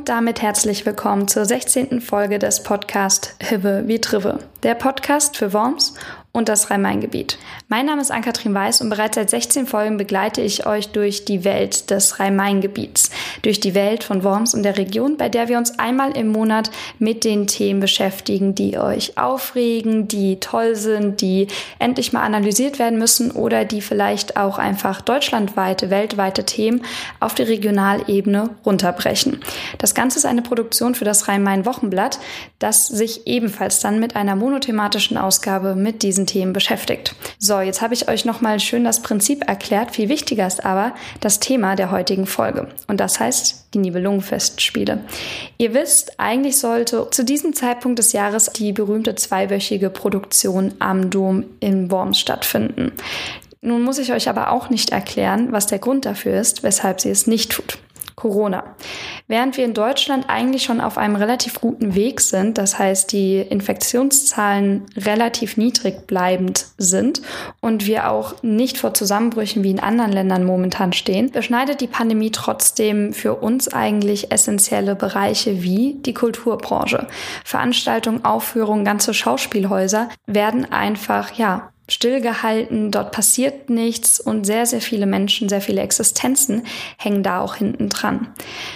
Und damit herzlich willkommen zur 16. Folge des Podcasts Hibbe wie Tribbe, der Podcast für Worms und das Rhein-Main-Gebiet. Mein Name ist Ann-Kathrin Weiß und bereits seit 16 Folgen begleite ich euch durch die Welt des Rhein-Main-Gebiets, durch die Welt von Worms und der Region, bei der wir uns einmal im Monat mit den Themen beschäftigen, die euch aufregen, die toll sind, die endlich mal analysiert werden müssen oder die vielleicht auch einfach deutschlandweite, weltweite Themen auf die Regionalebene runterbrechen. Das Ganze ist eine Produktion für das Rhein-Main-Wochenblatt, das sich ebenfalls dann mit einer monothematischen Ausgabe mit diesen Themen beschäftigt. So, jetzt habe ich euch nochmal schön das Prinzip erklärt. Viel wichtiger ist aber das Thema der heutigen Folge. Und das heißt die Nibelungenfestspiele. Ihr wisst, eigentlich sollte zu diesem Zeitpunkt des Jahres die berühmte zweiwöchige Produktion am Dom in Worms stattfinden. Nun muss ich euch aber auch nicht erklären, was der Grund dafür ist, weshalb sie es nicht tut. Corona. Während wir in Deutschland eigentlich schon auf einem relativ guten Weg sind, das heißt, die Infektionszahlen relativ niedrig bleibend sind und wir auch nicht vor Zusammenbrüchen wie in anderen Ländern momentan stehen, beschneidet die Pandemie trotzdem für uns eigentlich essentielle Bereiche wie die Kulturbranche. Veranstaltungen, Aufführungen, ganze Schauspielhäuser werden einfach, stillgehalten, dort passiert nichts und sehr, sehr viele Menschen, sehr viele Existenzen hängen da auch hinten dran.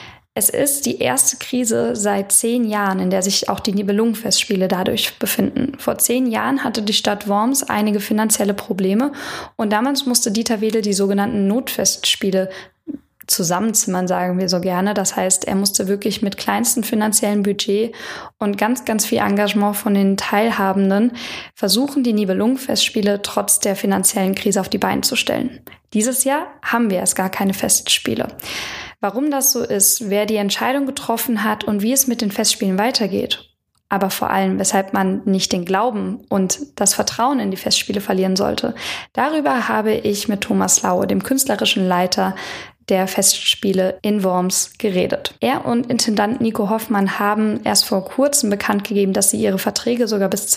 Es ist die erste Krise seit 10 Jahren, in der sich auch die Nibelungenfestspiele dadurch befinden. Vor 10 Jahren hatte die Stadt Worms einige finanzielle Probleme und damals musste Dieter Wedel die sogenannten Notfestspiele zusammenzimmern, sagen wir so gerne. Das heißt, er musste wirklich mit kleinstem finanziellen Budget und ganz, ganz viel Engagement von den Teilhabenden versuchen, die Nibelungenfestspiele trotz der finanziellen Krise auf die Beine zu stellen. Dieses Jahr haben wir erst gar keine Festspiele. Warum das so ist, wer die Entscheidung getroffen hat und wie es mit den Festspielen weitergeht, aber vor allem, weshalb man nicht den Glauben und das Vertrauen in die Festspiele verlieren sollte, darüber habe ich mit Thomas Laue, dem künstlerischen Leiter der Festspiele in Worms, geredet. Er und Intendant Nico Hoffmann haben erst vor kurzem bekannt gegeben, dass sie ihre Verträge sogar bis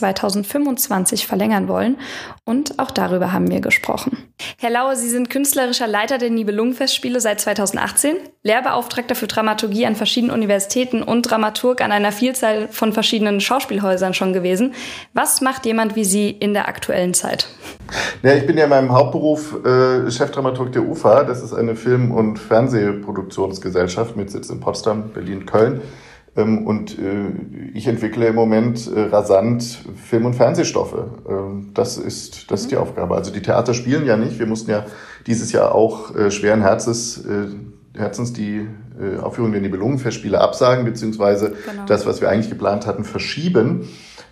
2025 verlängern wollen. Und auch darüber haben wir gesprochen. Herr Laue, Sie sind künstlerischer Leiter der Nibelungenfestspiele seit 2018, Lehrbeauftragter für Dramaturgie an verschiedenen Universitäten und Dramaturg an einer Vielzahl von verschiedenen Schauspielhäusern schon gewesen. Was macht jemand wie Sie in der aktuellen Zeit? Ja, ich bin ja in meinem Hauptberuf Chefdramaturg der UFA. Das ist eine Film- und Fernsehproduktionsgesellschaft mit Sitz in Potsdam, Berlin, Köln. Und ich entwickle im Moment rasant Film- und Fernsehstoffe. Das ist die Aufgabe. Also die Theater spielen ja nicht. Wir mussten ja dieses Jahr auch schweren Herzens die Aufführung der Nibelungenfestspiele absagen, beziehungsweise das, was wir eigentlich geplant hatten, verschieben.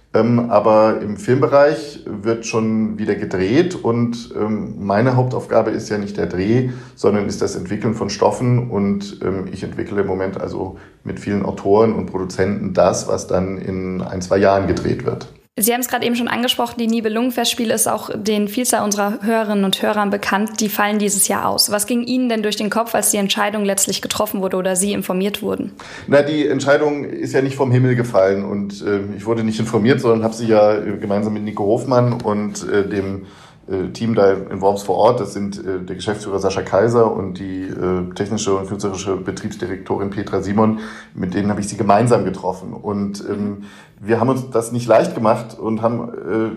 Aber im Filmbereich wird schon wieder gedreht und meine Hauptaufgabe ist ja nicht der Dreh, sondern ist das Entwickeln von Stoffen und ich entwickle im Moment also mit vielen Autoren und Produzenten das, was dann in 1-2 Jahren gedreht wird. Sie haben es gerade eben schon angesprochen, die Nibelungenfestspiele ist auch den Vielzahl unserer Hörerinnen und Hörern bekannt. Die fallen dieses Jahr aus. Was ging Ihnen denn durch den Kopf, als die Entscheidung letztlich getroffen wurde oder Sie informiert wurden? Die Entscheidung ist ja nicht vom Himmel gefallen und ich wurde nicht informiert, sondern habe sie ja gemeinsam mit Nico Hofmann und dem Team da in Worms vor Ort, das sind der Geschäftsführer Sascha Kaiser und die technische und künstlerische Betriebsdirektorin Petra Simon, mit denen habe ich sie gemeinsam getroffen. Und wir haben uns das nicht leicht gemacht und haben,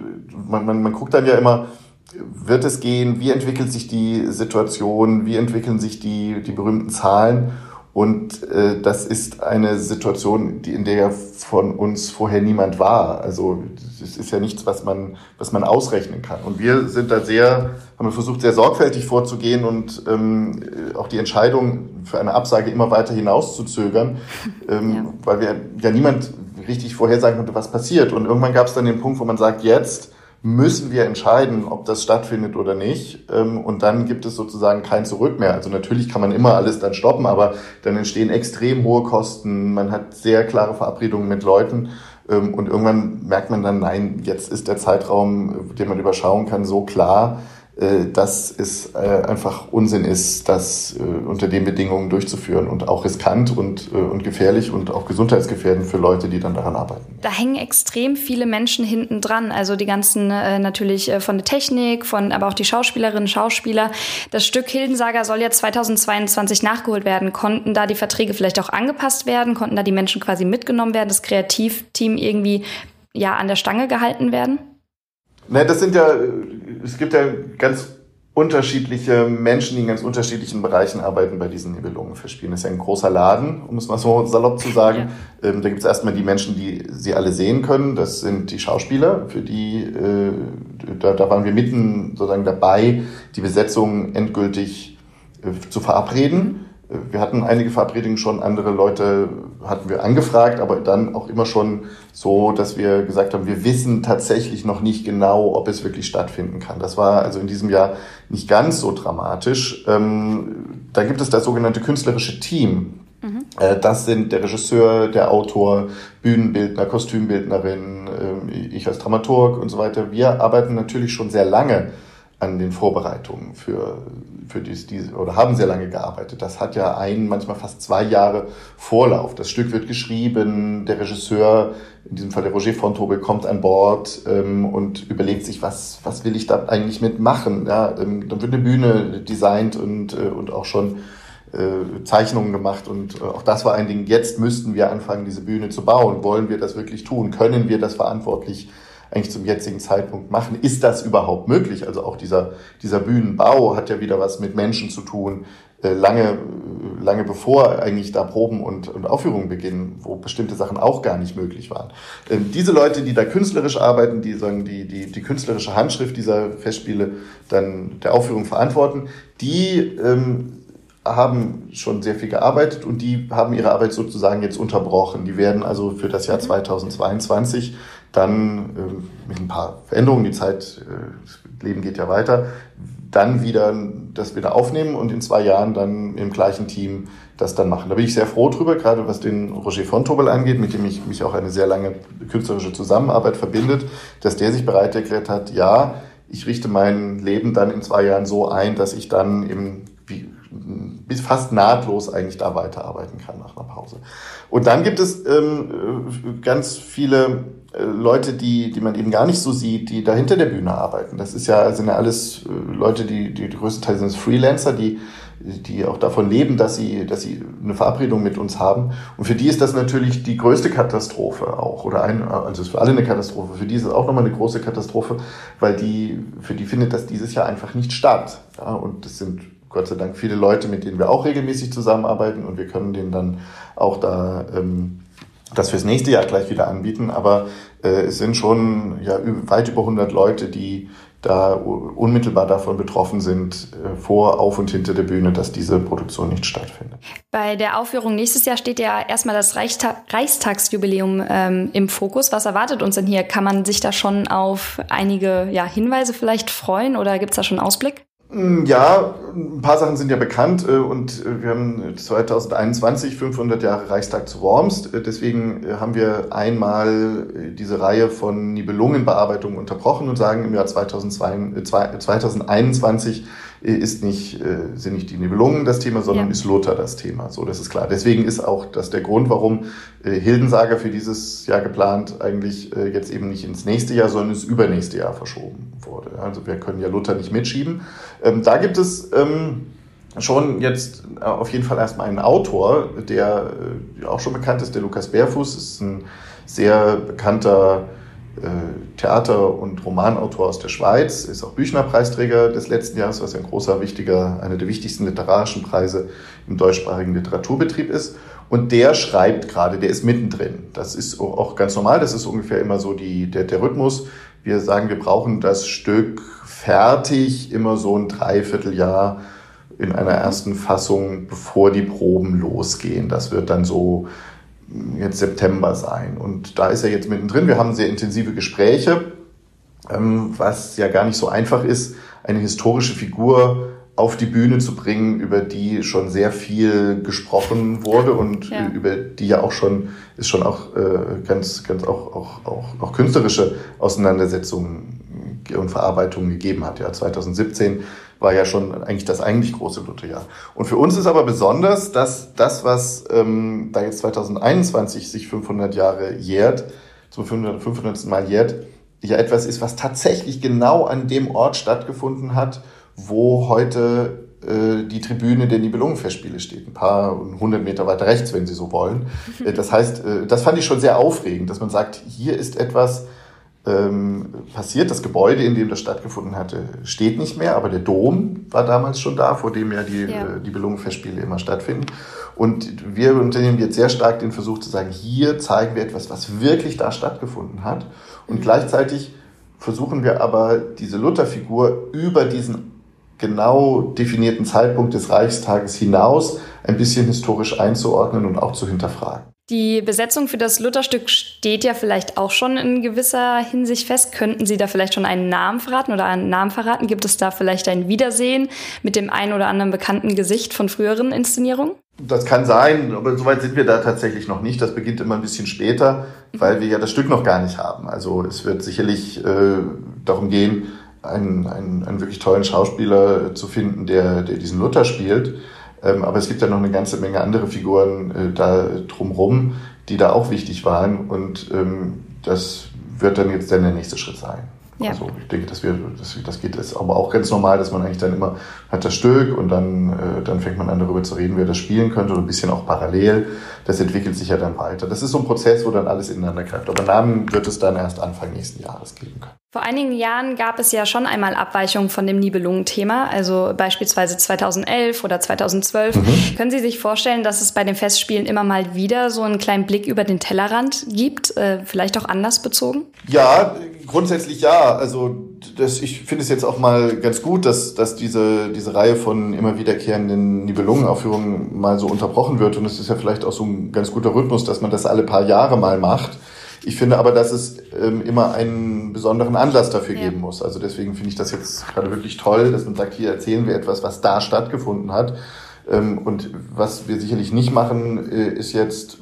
man guckt dann ja immer, wird es gehen, wie entwickelt sich die Situation, wie entwickeln sich die berühmten Zahlen. Und das ist eine Situation, in der ja von uns vorher niemand war. Also es ist ja nichts, was man ausrechnen kann. Und wir sind da haben versucht, sehr sorgfältig vorzugehen und auch die Entscheidung für eine Absage immer weiter hinauszuzögern, weil wir ja niemand richtig vorhersagen konnte, was passiert. Und irgendwann gab es dann den Punkt, wo man sagt, jetzt müssen wir entscheiden, ob das stattfindet oder nicht. Und dann gibt es sozusagen kein Zurück mehr. Also natürlich kann man immer alles dann stoppen, aber dann entstehen extrem hohe Kosten. Man hat sehr klare Verabredungen mit Leuten. Und irgendwann merkt man dann, nein, jetzt ist der Zeitraum, den man überschauen kann, so klar, dass es einfach Unsinn ist, das unter den Bedingungen durchzuführen und auch riskant und gefährlich und auch gesundheitsgefährdend für Leute, die dann daran arbeiten. Da hängen extrem viele Menschen hinten dran, also die ganzen natürlich von der Technik, aber auch die Schauspielerinnen, Schauspieler. Das Stück Hildensaga soll ja 2022 nachgeholt werden. Konnten da die Verträge vielleicht auch angepasst werden? Konnten da die Menschen quasi mitgenommen werden, das Kreativteam irgendwie an der Stange gehalten werden? Es gibt ja ganz unterschiedliche Menschen, die in ganz unterschiedlichen Bereichen arbeiten bei diesen Nibelungenfestspielen. Das ist ja ein großer Laden, um es mal so salopp zu sagen. Ja. Da gibt es erstmal die Menschen, die sie alle sehen können. Das sind die Schauspieler, für die, da waren wir mitten sozusagen dabei, die Besetzung endgültig zu verabreden. Wir hatten einige Verabredungen schon, andere Leute hatten wir angefragt, aber dann auch immer schon so, dass wir gesagt haben, wir wissen tatsächlich noch nicht genau, ob es wirklich stattfinden kann. Das war also in diesem Jahr nicht ganz so dramatisch. Da gibt es das sogenannte künstlerische Team. Mhm. Das sind der Regisseur, der Autor, Bühnenbildner, Kostümbildnerin, ich als Dramaturg und so weiter. Wir arbeiten natürlich schon sehr lange an den Vorbereitungen für diese oder haben sehr lange gearbeitet. Das hat ja manchmal fast 2 Jahre Vorlauf. Das Stück wird geschrieben, der Regisseur, in diesem Fall der Roger Fontobel, kommt an Bord und überlegt sich, was will ich da eigentlich mitmachen. Ja, dann wird eine Bühne designt und auch schon Zeichnungen gemacht und auch das war ein Ding. Jetzt müssten wir anfangen, diese Bühne zu bauen. Wollen wir das wirklich tun? Können wir das verantwortlich eigentlich zum jetzigen Zeitpunkt machen? Ist das überhaupt möglich? Also auch dieser Bühnenbau hat ja wieder was mit Menschen zu tun, lange bevor eigentlich da Proben und Aufführungen beginnen, wo bestimmte Sachen auch gar nicht möglich waren. Diese Leute, die da künstlerisch arbeiten, die sagen, die künstlerische Handschrift dieser Festspiele dann der Aufführung verantworten, die haben schon sehr viel gearbeitet und die haben ihre Arbeit sozusagen jetzt unterbrochen. Die werden also für das Jahr 2022 dann mit ein paar Veränderungen, das Leben geht ja weiter, dann wieder das wieder aufnehmen und in 2 Jahren dann im gleichen Team das dann machen. Da bin ich sehr froh drüber, gerade was den Roger Fontobel angeht, mit dem ich mich auch eine sehr lange künstlerische Zusammenarbeit verbindet, dass der sich bereit erklärt hat, ja, ich richte mein Leben dann in 2 Jahren so ein, dass ich dann bis fast nahtlos eigentlich da weiterarbeiten kann nach einer Pause. Und dann gibt es ganz viele Leute, die man eben gar nicht so sieht, die da hinter der Bühne arbeiten. Das sind ja alles Leute, die größtenteils sind Freelancer, die auch davon leben, dass sie eine Verabredung mit uns haben. Und für die ist das natürlich die größte Katastrophe auch. Also ist für alle eine Katastrophe. Für die ist es auch nochmal eine große Katastrophe, weil für die findet das dieses Jahr einfach nicht statt. Ja, und das sind Gott sei Dank viele Leute, mit denen wir auch regelmäßig zusammenarbeiten und wir können denen dann auch da das fürs nächste Jahr gleich wieder anbieten. Aber es sind schon weit über 100 Leute, die da unmittelbar davon betroffen sind, vor, auf und hinter der Bühne, dass diese Produktion nicht stattfindet. Bei der Aufführung nächstes Jahr steht ja erstmal das Reichstagsjubiläum im Fokus. Was erwartet uns denn hier? Kann man sich da schon auf einige Hinweise vielleicht freuen oder gibt es da schon einen Ausblick? Ja, ein paar Sachen sind ja bekannt und wir haben 2021 500 Jahre Reichstag zu Worms. Deswegen haben wir einmal diese Reihe von Nibelungenbearbeitungen unterbrochen und sagen, im Jahr 2021 sind nicht die Nibelungen das Thema, sondern ist Lothar das Thema. So, das ist klar. Deswegen ist auch das der Grund, warum Hildensaga für dieses Jahr geplant eigentlich jetzt eben nicht ins nächste Jahr, sondern ins übernächste Jahr verschoben wurde. Also wir können ja Lothar nicht mitschieben. Da gibt es schon jetzt auf jeden Fall erstmal einen Autor, der auch schon bekannt ist, der Lukas Bärfuß, ist ein sehr bekannter Theater- und Romanautor aus der Schweiz, ist auch Büchner-Preisträger des letzten Jahres, was ein einer der wichtigsten literarischen Preise im deutschsprachigen Literaturbetrieb ist. Und der schreibt gerade, der ist mittendrin. Das ist auch ganz normal, das ist ungefähr immer so der Rhythmus. Wir sagen, wir brauchen das Stück fertig, immer so ein Dreivierteljahr in einer ersten Fassung, bevor die Proben losgehen. Das wird dann so jetzt September sein. Und da ist er jetzt mittendrin. Wir haben sehr intensive Gespräche, was ja gar nicht so einfach ist, eine historische Figur auf die Bühne zu bringen, über die schon sehr viel gesprochen wurde und über die ja auch schon auch ganz auch künstlerische Auseinandersetzungen und Verarbeitungen gegeben hat. Ja, 2017 war ja schon eigentlich das eigentlich große Lutherjahr. Und für uns ist aber besonders, dass das, was da jetzt 2021 sich 500 Jahre jährt, zum 500. Mal jährt, ja etwas ist, was tatsächlich genau an dem Ort stattgefunden hat, wo heute die Tribüne der Nibelungenfestspiele steht, ein paar 100 Meter weiter rechts, wenn Sie so wollen. Das heißt, das fand ich schon sehr aufregend, dass man sagt, hier ist etwas passiert, das Gebäude, in dem das stattgefunden hatte, steht nicht mehr, aber der Dom war damals schon da, vor dem ja die Nibelungenfestspiele immer stattfinden. Und wir unternehmen jetzt sehr stark den Versuch zu sagen, hier zeigen wir etwas, was wirklich da stattgefunden hat. Und gleichzeitig versuchen wir aber, diese Lutherfigur über diesen genau definierten Zeitpunkt des Reichstages hinaus ein bisschen historisch einzuordnen und auch zu hinterfragen. Die Besetzung für das Lutherstück steht ja vielleicht auch schon in gewisser Hinsicht fest. Könnten Sie da vielleicht schon einen Namen verraten oder einen Namen verraten? Gibt es da vielleicht ein Wiedersehen mit dem ein oder anderen bekannten Gesicht von früheren Inszenierungen? Das kann sein, aber soweit sind wir da tatsächlich noch nicht. Das beginnt immer ein bisschen später, weil wir ja das Stück noch gar nicht haben. Also es wird sicherlich darum gehen, einen wirklich tollen Schauspieler zu finden, der diesen Luther spielt. Aber es gibt ja noch eine ganze Menge andere Figuren da drumherum, die da auch wichtig waren. Und das wird dann jetzt der nächste Schritt sein. Ja. Also ich denke, das geht jetzt aber auch ganz normal, dass man eigentlich dann immer hat das Stück und dann fängt man an darüber zu reden, wer das spielen könnte, oder ein bisschen auch parallel. Das entwickelt sich ja dann weiter. Das ist so ein Prozess, wo dann alles ineinander greift. Aber Namen wird es dann erst Anfang nächsten Jahres geben können. Vor einigen Jahren gab es ja schon einmal Abweichungen von dem Nibelungen-Thema, also beispielsweise 2011 oder 2012. Können Sie sich vorstellen, dass es bei den Festspielen immer mal wieder so einen kleinen Blick über den Tellerrand gibt, vielleicht auch anders bezogen? Ja, grundsätzlich ja. Also ich finde es jetzt auch mal ganz gut, dass diese Reihe von immer wiederkehrenden Nibelungenaufführungen mal so unterbrochen wird. Und es ist ja vielleicht auch so ein ganz guter Rhythmus, dass man das alle paar Jahre mal macht. Ich finde aber, dass es immer einen besonderen Anlass dafür geben muss. Also deswegen finde ich das jetzt gerade wirklich toll, dass man sagt, hier erzählen wir etwas, was da stattgefunden hat. Und was wir sicherlich nicht machen, ist jetzt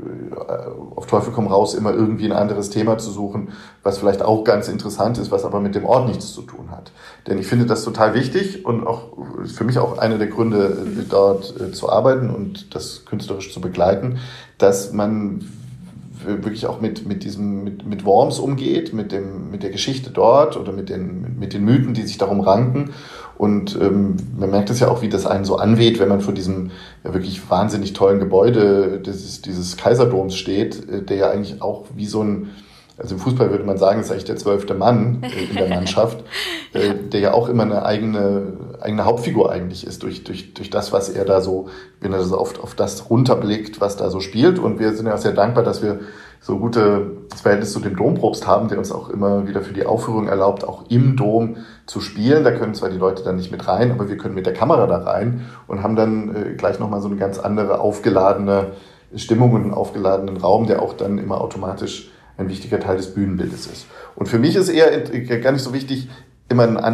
auf Teufel komm raus immer irgendwie ein anderes Thema zu suchen, was vielleicht auch ganz interessant ist, was aber mit dem Ort nichts zu tun hat. Denn ich finde das total wichtig und auch für mich auch einer der Gründe, dort zu arbeiten und das künstlerisch zu begleiten, dass man wirklich auch mit Worms umgeht, mit der Geschichte dort oder mit den Mythen, die sich darum ranken. Und man merkt es ja auch, wie das einen so anweht, wenn man vor diesem ja wirklich wahnsinnig tollen Gebäude dieses Kaiserdoms steht, der ja eigentlich auch wie so ein, also im Fußball würde man sagen, ist eigentlich der 12. Mann in der Mannschaft, der ja auch immer eine eigene Hauptfigur eigentlich ist, durch das, was er da so, wenn er so oft auf das runterblickt, was da so spielt. Und wir sind ja auch sehr dankbar, dass wir so gutes Verhältnis zu dem Dompropst haben, der uns auch immer wieder für die Aufführung erlaubt, auch im Dom zu spielen. Da können zwar die Leute dann nicht mit rein, aber wir können mit der Kamera da rein und haben dann gleich nochmal so eine ganz andere aufgeladene Stimmung und einen aufgeladenen Raum, der auch dann immer automatisch ein wichtiger Teil des Bühnenbildes ist. Und für mich ist eher gar nicht so wichtig, immer ein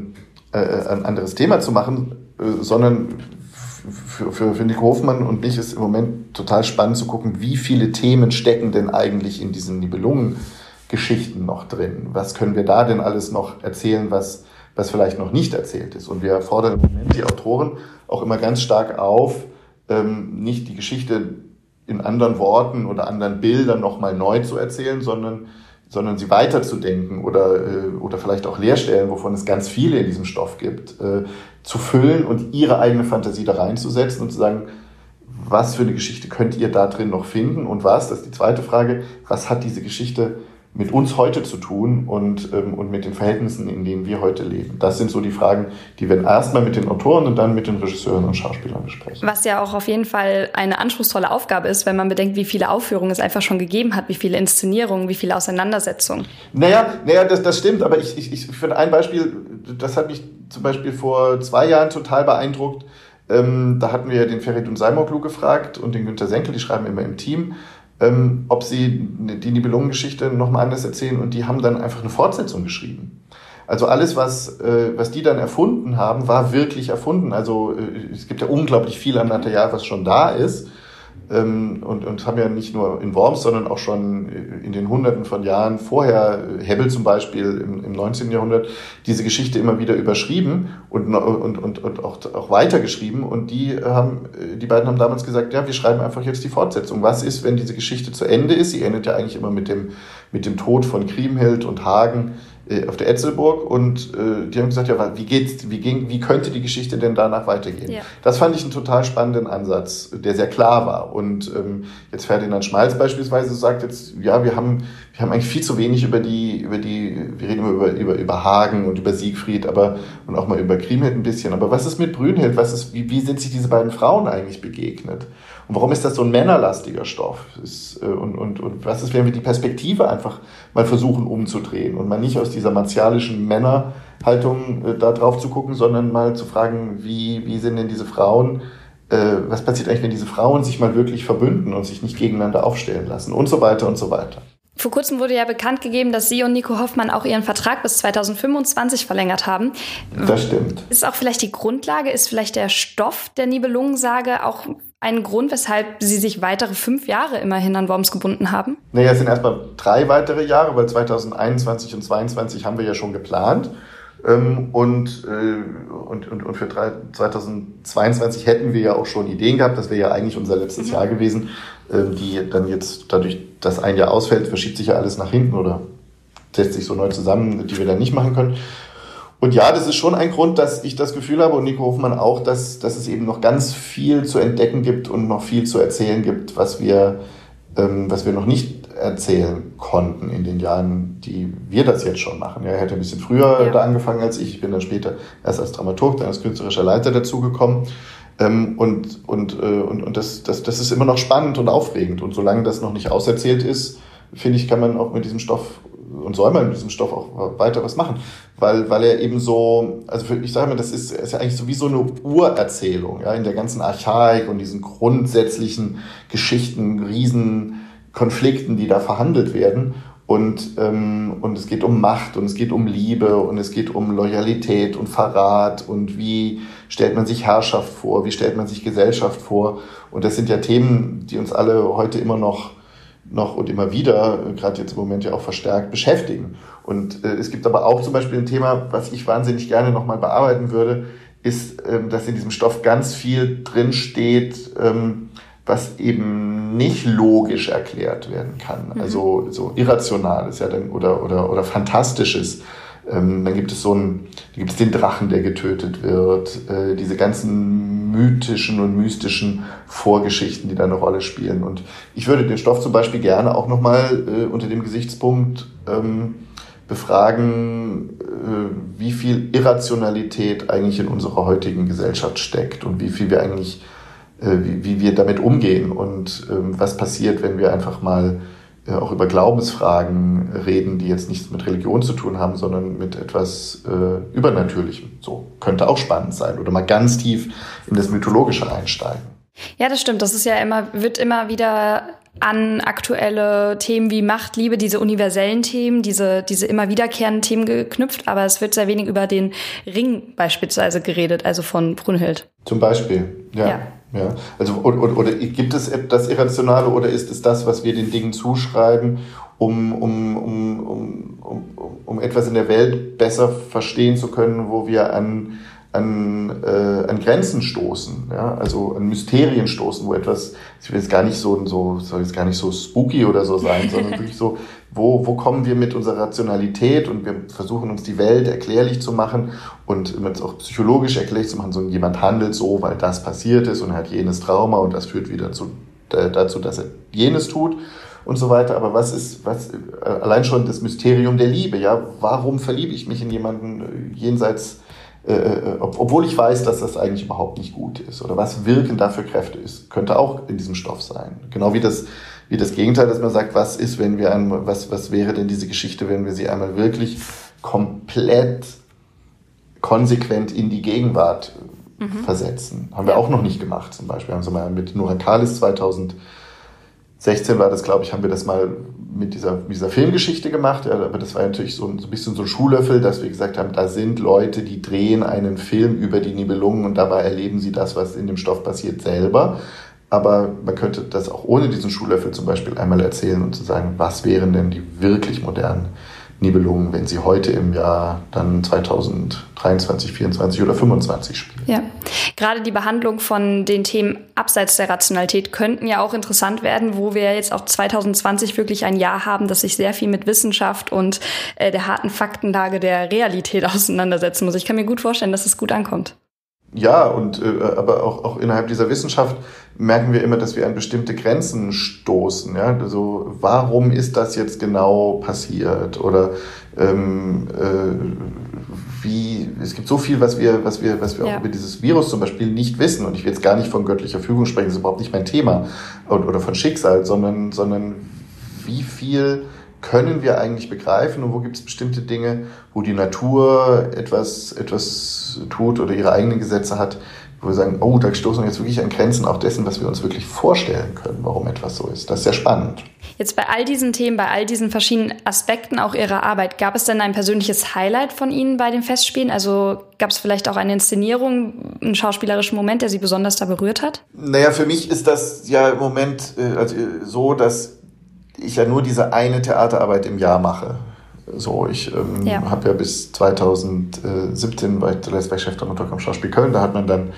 anderes Thema zu machen, sondern für Nico Hofmann und mich ist im Moment total spannend zu gucken, wie viele Themen stecken denn eigentlich in diesen Nibelungen-Geschichten noch drin? Was können wir da denn alles noch erzählen, was vielleicht noch nicht erzählt ist? Und wir fordern im Moment die Autoren auch immer ganz stark auf, nicht die Geschichte in anderen Worten oder anderen Bildern nochmal neu zu erzählen, sondern sie weiterzudenken oder vielleicht auch Leerstellen, wovon es ganz viele in diesem Stoff gibt, zu füllen und ihre eigene Fantasie da reinzusetzen und zu sagen, was für eine Geschichte könnt ihr da drin noch finden und das ist die zweite Frage, was hat diese Geschichte mit uns heute zu tun und mit den Verhältnissen, in denen wir heute leben. Das sind so die Fragen, die wir erstmal mit den Autoren und dann mit den Regisseuren und Schauspielern besprechen. Was ja auch auf jeden Fall eine anspruchsvolle Aufgabe ist, wenn man bedenkt, wie viele Aufführungen es einfach schon gegeben hat, wie viele Inszenierungen, wie viele Auseinandersetzungen. Naja, das stimmt, aber ich finde ein Beispiel, das hat mich zum Beispiel vor 2 Jahren total beeindruckt. Da hatten wir den Feridun Zaimoglu gefragt und den Günter Senkel, die schreiben immer im Team, ob sie die Nibelungengeschichte nochmal anders erzählen und die haben dann einfach eine Fortsetzung geschrieben. Also alles, was die dann erfunden haben, war wirklich erfunden. Also es gibt ja unglaublich viel an Material, was schon da ist und haben ja nicht nur in Worms, sondern auch schon in den Hunderten von Jahren vorher, Hebbel zum Beispiel im 19. Jahrhundert, diese Geschichte immer wieder überschrieben und auch weitergeschrieben. Und die beiden haben damals gesagt, ja, wir schreiben einfach jetzt die Fortsetzung. Was ist, wenn diese Geschichte zu Ende ist? Sie endet ja eigentlich immer mit dem Tod von Kriemhild und Hagen auf der Etzelburg, und die haben gesagt, ja, wie könnte die Geschichte denn danach weitergehen? Ja. Das fand ich einen total spannenden Ansatz, der sehr klar war. Und jetzt Ferdinand Schmalz beispielsweise sagt jetzt, ja, wir haben eigentlich viel zu wenig wir reden immer über Hagen und über Siegfried, und auch mal über Kriemhild ein bisschen. Aber was ist mit Brünnhild? Wie sind sich diese beiden Frauen eigentlich begegnet? Und warum ist das so ein männerlastiger Stoff? Und was ist, wenn wir die Perspektive einfach mal versuchen umzudrehen und mal nicht aus dieser martialischen Männerhaltung da drauf zu gucken, sondern mal zu fragen, wie sind denn diese Frauen, was passiert eigentlich, wenn diese Frauen sich mal wirklich verbünden und sich nicht gegeneinander aufstellen lassen und so weiter und so weiter. Vor kurzem wurde ja bekannt gegeben, dass Sie und Nico Hoffmann auch Ihren Vertrag bis 2025 verlängert haben. Das stimmt. Ist auch vielleicht die Grundlage, ist vielleicht der Stoff der Nibelungensage auch ein Grund, weshalb Sie sich weitere 5 Jahre immerhin an Worms gebunden haben? Naja, es sind erstmal 3 weitere Jahre, weil 2021 und 2022 haben wir ja schon geplant. Und für 2022 hätten wir ja auch schon Ideen gehabt. Das wäre ja eigentlich unser letztes Jahr gewesen, die dann jetzt dadurch, dass ein Jahr ausfällt, verschiebt sich ja alles nach hinten oder setzt sich so neu zusammen, die wir dann nicht machen können. Und ja, das ist schon ein Grund, dass ich das Gefühl habe, und Nico Hoffmann auch, dass es eben noch ganz viel zu entdecken gibt und noch viel zu erzählen gibt, was wir noch nicht erzählen konnten in den Jahren, die wir das jetzt schon machen. Ja, er hätte ein bisschen früher da angefangen als ich. Ich bin dann später erst als Dramaturg, dann als künstlerischer Leiter dazugekommen. Und das ist immer noch spannend und aufregend. Und solange das noch nicht auserzählt ist, finde ich, kann man auch mit diesem Stoff und soll man mit diesem Stoff auch weiter was machen. Weil er eben so, also ich sage mal, das ist ja eigentlich so wie so eine Urerzählung, ja, in der ganzen Archaik und diesen grundsätzlichen Geschichten, Riesenkonflikten, die da verhandelt werden. Und es geht um Macht und es geht um Liebe und es geht um Loyalität und Verrat und wie stellt man sich Herrschaft vor, wie stellt man sich Gesellschaft vor. Und das sind ja Themen, die uns alle heute immer noch und immer wieder, gerade jetzt im Moment ja auch verstärkt, beschäftigen. Und es gibt aber auch zum Beispiel ein Thema, was ich wahnsinnig gerne nochmal bearbeiten würde, ist, dass in diesem Stoff ganz viel drin steht, was eben nicht logisch erklärt werden kann. Also so Irrationales, ja, dann, oder Fantastisches. Dann gibt es den Drachen, der getötet wird, diese ganzen mythischen und mystischen Vorgeschichten, die da eine Rolle spielen. Und ich würde den Stoff zum Beispiel gerne auch nochmal unter dem Gesichtspunkt befragen, wie viel Irrationalität eigentlich in unserer heutigen Gesellschaft steckt und wie viel wir eigentlich, wie wir damit umgehen und was passiert, wenn wir einfach mal auch über Glaubensfragen reden, die jetzt nichts mit Religion zu tun haben, sondern mit etwas Übernatürlichem. So, könnte auch spannend sein. Oder mal ganz tief in das Mythologische einsteigen. Ja, das stimmt. Das ist ja wird immer wieder an aktuelle Themen wie Macht, Liebe, diese universellen Themen, diese immer wiederkehrenden Themen geknüpft. Aber es wird sehr wenig über den Ring beispielsweise geredet, also von Brünnhild. Zum Beispiel, ja. Ja, also oder gibt es das Irrationale oder ist es das, was wir den Dingen zuschreiben, um etwas in der Welt besser verstehen zu können, wo wir an Grenzen stoßen, ja, also an Mysterien stoßen, wo etwas, soll jetzt gar nicht so spooky oder so sein, sondern wirklich so, wo kommen wir mit unserer Rationalität und wir versuchen uns die Welt erklärlich zu machen und es auch psychologisch erklärlich zu machen, so jemand handelt so, weil das passiert ist und er hat jenes Trauma und das führt wieder dazu, dass er jenes tut und so weiter. Aber was allein schon das Mysterium der Liebe, ja, warum verliebe ich mich in jemanden jenseits, obwohl ich weiß, dass das eigentlich überhaupt nicht gut ist, oder was wirken da für Kräfte ist, könnte auch in diesem Stoff sein. Genau wie das Gegenteil, dass man sagt, was wäre denn diese Geschichte, wenn wir sie einmal wirklich komplett konsequent in die Gegenwart versetzen. Haben wir auch noch nicht gemacht, zum Beispiel. Haben sie mal mit Nora Kalis 2016 war das, glaube ich, haben wir das mal mit dieser Filmgeschichte gemacht. Ja, aber das war natürlich so ein bisschen so ein Schuhlöffel, dass wir gesagt haben, da sind Leute, die drehen einen Film über die Nibelungen und dabei erleben sie das, was in dem Stoff passiert, selber. Aber man könnte das auch ohne diesen Schuhlöffel zum Beispiel einmal erzählen und zu sagen, was wären denn die wirklich modernen Nibelungen, wenn sie heute im Jahr dann 2023, 24 oder 25 spielen. Ja, gerade die Behandlung von den Themen abseits der Rationalität könnten ja auch interessant werden, wo wir jetzt auch 2020 wirklich ein Jahr haben, das sich sehr viel mit Wissenschaft und der harten Faktenlage der Realität auseinandersetzen muss. Ich kann mir gut vorstellen, dass es gut ankommt. Ja, und aber auch innerhalb dieser Wissenschaft merken wir immer, dass wir an bestimmte Grenzen stoßen. Ja? Also warum ist das jetzt genau passiert? Oder es gibt so viel, was wir auch über dieses Virus zum Beispiel nicht wissen. Und ich will jetzt gar nicht von göttlicher Fügung sprechen, das ist überhaupt nicht mein Thema. Oder von Schicksal, sondern wie viel können wir eigentlich begreifen und wo gibt es bestimmte Dinge, wo die Natur etwas tut oder ihre eigenen Gesetze hat, wo wir sagen, oh, da stoßen wir jetzt wirklich an Grenzen auch dessen, was wir uns wirklich vorstellen können, warum etwas so ist. Das ist sehr spannend. Jetzt bei all diesen Themen, bei all diesen verschiedenen Aspekten auch Ihrer Arbeit, gab es denn ein persönliches Highlight von Ihnen bei den Festspielen? Also gab es vielleicht auch eine Inszenierung, einen schauspielerischen Moment, der Sie besonders da berührt hat? Naja, für mich ist das ja im Moment so, dass ich ja nur diese eine Theaterarbeit im Jahr mache. So, ich habe ja bis 2017 war ich Chef der Unterkom Schauspiel Köln. Da hat man dann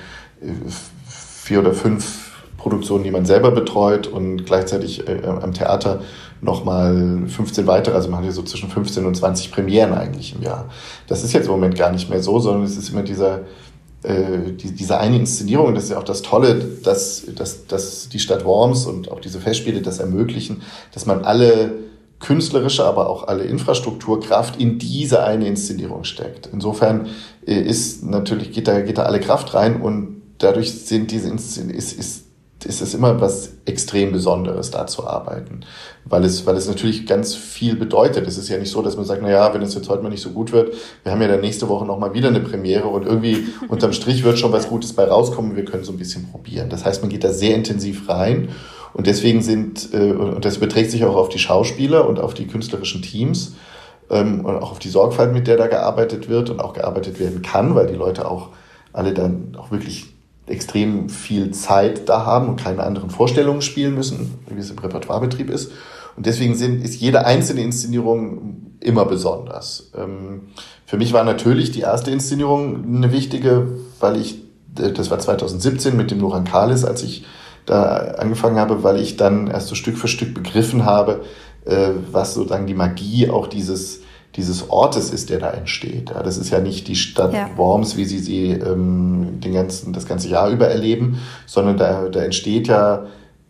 4 oder 5 Produktionen, die man selber betreut und gleichzeitig am Theater nochmal 15 weitere. Also man hat ja so zwischen 15 und 20 Premieren eigentlich im Jahr. Das ist jetzt im Moment gar nicht mehr so, sondern es ist immer diese eine Inszenierung, und das ist ja auch das Tolle, dass die Stadt Worms und auch diese Festspiele das ermöglichen, dass man alle künstlerische, aber auch alle Infrastrukturkraft in diese eine Inszenierung steckt. Insofern ist natürlich, geht da alle Kraft rein und dadurch sind ist es immer was extrem Besonderes, da zu arbeiten. Weil es natürlich ganz viel bedeutet. Es ist ja nicht so, dass man sagt, na ja, wenn es jetzt heute mal nicht so gut wird, wir haben ja dann nächste Woche nochmal wieder eine Premiere und irgendwie unterm Strich wird schon was Gutes bei rauskommen, wir können so ein bisschen probieren. Das heißt, man geht da sehr intensiv rein und deswegen und das überträgt sich auch auf die Schauspieler und auf die künstlerischen Teams und auch auf die Sorgfalt, mit der da gearbeitet wird und auch gearbeitet werden kann, weil die Leute auch alle dann auch wirklich extrem viel Zeit da haben und keine anderen Vorstellungen spielen müssen, wie es im Repertoirebetrieb ist. Und deswegen ist jede einzelne Inszenierung immer besonders. Für mich war natürlich die erste Inszenierung eine wichtige, das war 2017 mit dem Nuran Kalis, als ich da angefangen habe, weil ich dann erst so Stück für Stück begriffen habe, was sozusagen die Magie auch dieses Ortes ist, der da entsteht. Ja, das ist ja nicht die Stadt Worms, wie sie das ganze Jahr über erleben, sondern da entsteht ja,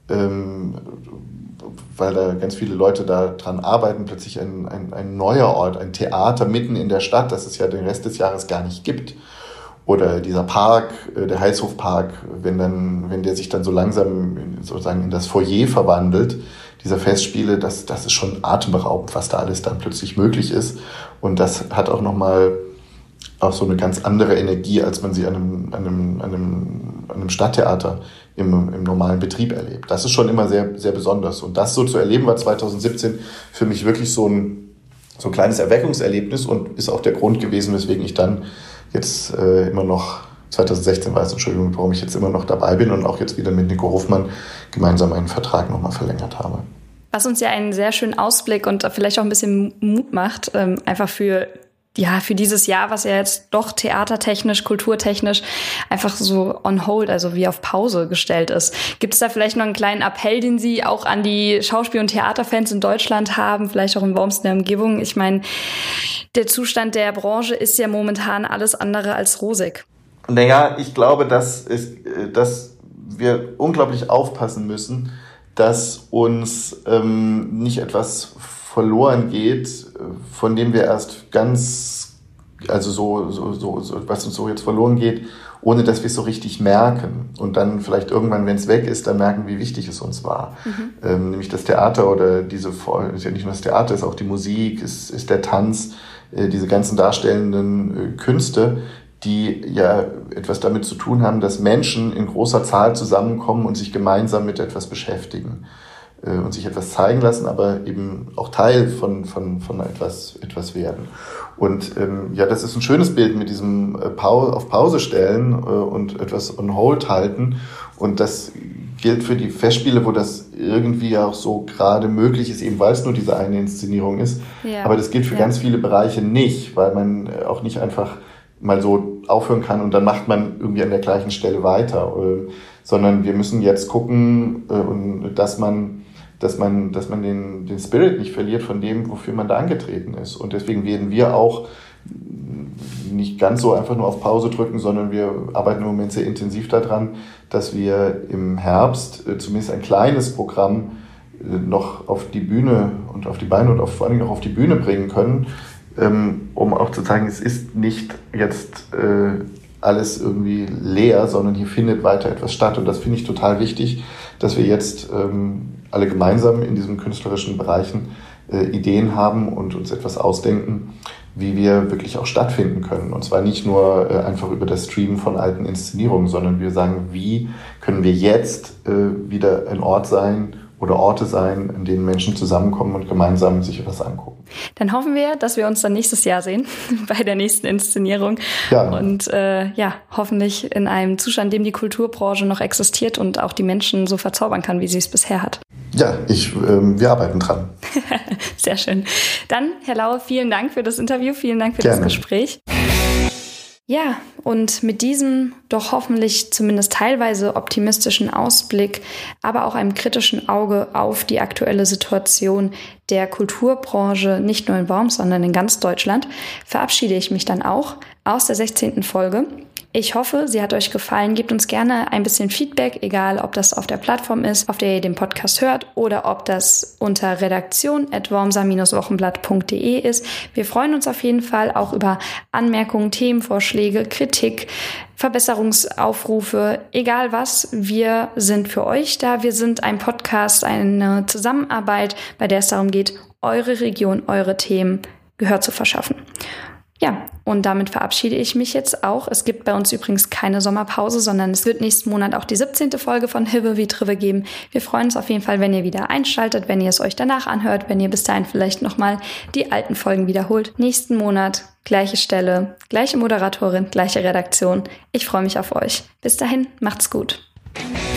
weil da ganz viele Leute da dran arbeiten, plötzlich ein neuer Ort, ein Theater mitten in der Stadt, das es ja den Rest des Jahres gar nicht gibt. Oder dieser Park, der Heilshofpark, wenn der sich dann so langsam sozusagen in das Foyer verwandelt, dieser Festspiele, das ist schon atemberaubend, was da alles dann plötzlich möglich ist. Und das hat auch nochmal auch so eine ganz andere Energie, als man sie an einem Stadttheater im normalen Betrieb erlebt. Das ist schon immer sehr, sehr besonders. Und das so zu erleben war 2017 für mich wirklich so ein kleines Erweckungserlebnis und ist auch der Grund gewesen, weswegen ich dann jetzt immer noch 2016 war es, Entschuldigung, warum ich jetzt immer noch dabei bin und auch jetzt wieder mit Nico Hofmann gemeinsam einen Vertrag nochmal verlängert habe. Was uns ja einen sehr schönen Ausblick und vielleicht auch ein bisschen Mut macht, einfach für dieses Jahr, was ja jetzt doch theatertechnisch, kulturtechnisch einfach so on hold, also wie auf Pause gestellt ist. Gibt es da vielleicht noch einen kleinen Appell, den Sie auch an die Schauspiel- und Theaterfans in Deutschland haben, vielleicht auch in Worms in der Umgebung? Ich meine, der Zustand der Branche ist ja momentan alles andere als rosig. Naja, ich glaube, dass wir unglaublich aufpassen müssen, dass uns nicht etwas verloren geht, von dem wir erst was uns so jetzt verloren geht, ohne dass wir es so richtig merken. Und dann vielleicht irgendwann, wenn es weg ist, dann merken, wie wichtig es uns war. Nämlich das Theater oder ist ja nicht nur das Theater, ist auch die Musik, ist der Tanz, diese ganzen darstellenden Künste, die ja etwas damit zu tun haben, dass Menschen in großer Zahl zusammenkommen und sich gemeinsam mit etwas beschäftigen und sich etwas zeigen lassen, aber eben auch Teil von etwas werden. Und das ist ein schönes Bild mit diesem auf Pause stellen und etwas on hold halten. Und das gilt für die Festspiele, wo das irgendwie auch so gerade möglich ist, eben weil es nur diese eine Inszenierung ist. Ja. Aber das gilt für ganz viele Bereiche nicht, weil man auch nicht einfach mal so aufhören kann und dann macht man irgendwie an der gleichen Stelle weiter. Sondern wir müssen jetzt gucken, dass man den Spirit nicht verliert von dem, wofür man da angetreten ist. Und deswegen werden wir auch nicht ganz so einfach nur auf Pause drücken, sondern wir arbeiten im Moment sehr intensiv daran, dass wir im Herbst zumindest ein kleines Programm noch auf die Bühne und auf die Beine und vor allen Dingen auch auf die Bühne bringen können, um auch zu zeigen, es ist nicht jetzt alles irgendwie leer, sondern hier findet weiter etwas statt. Und das finde ich total wichtig, dass wir jetzt alle gemeinsam in diesen künstlerischen Bereichen Ideen haben und uns etwas ausdenken, wie wir wirklich auch stattfinden können. Und zwar nicht nur einfach über das Streamen von alten Inszenierungen, sondern wir sagen, wie können wir jetzt wieder ein Ort sein oder Orte sein, an denen Menschen zusammenkommen und gemeinsam sich etwas angucken. Dann hoffen wir, dass wir uns dann nächstes Jahr sehen bei der nächsten Inszenierung. Ja. Und hoffentlich in einem Zustand, in dem die Kulturbranche noch existiert und auch die Menschen so verzaubern kann, wie sie es bisher hat. Ja, wir arbeiten dran. Sehr schön. Dann, Herr Laue, vielen Dank für das Interview, vielen Dank für das Gespräch. Ja, und mit diesem doch hoffentlich zumindest teilweise optimistischen Ausblick, aber auch einem kritischen Auge auf die aktuelle Situation der Kulturbranche, nicht nur in Worms, sondern in ganz Deutschland, verabschiede ich mich dann auch aus der 16. Folge. Ich hoffe, sie hat euch gefallen. Gebt uns gerne ein bisschen Feedback, egal ob das auf der Plattform ist, auf der ihr den Podcast hört, oder ob das unter redaktion@wormser-wochenblatt.de ist. Wir freuen uns auf jeden Fall auch über Anmerkungen, Themenvorschläge, Kritik, Verbesserungsaufrufe, egal was. Wir sind für euch da. Wir sind ein Podcast, eine Zusammenarbeit, bei der es darum geht, eure Region, eure Themen Gehör zu verschaffen. Ja, und damit verabschiede ich mich jetzt auch. Es gibt bei uns übrigens keine Sommerpause, sondern es wird nächsten Monat auch die 17. Folge von Hibbe wie Tribbe geben. Wir freuen uns auf jeden Fall, wenn ihr wieder einschaltet, wenn ihr es euch danach anhört, wenn ihr bis dahin vielleicht nochmal die alten Folgen wiederholt. Nächsten Monat, gleiche Stelle, gleiche Moderatorin, gleiche Redaktion. Ich freue mich auf euch. Bis dahin, macht's gut.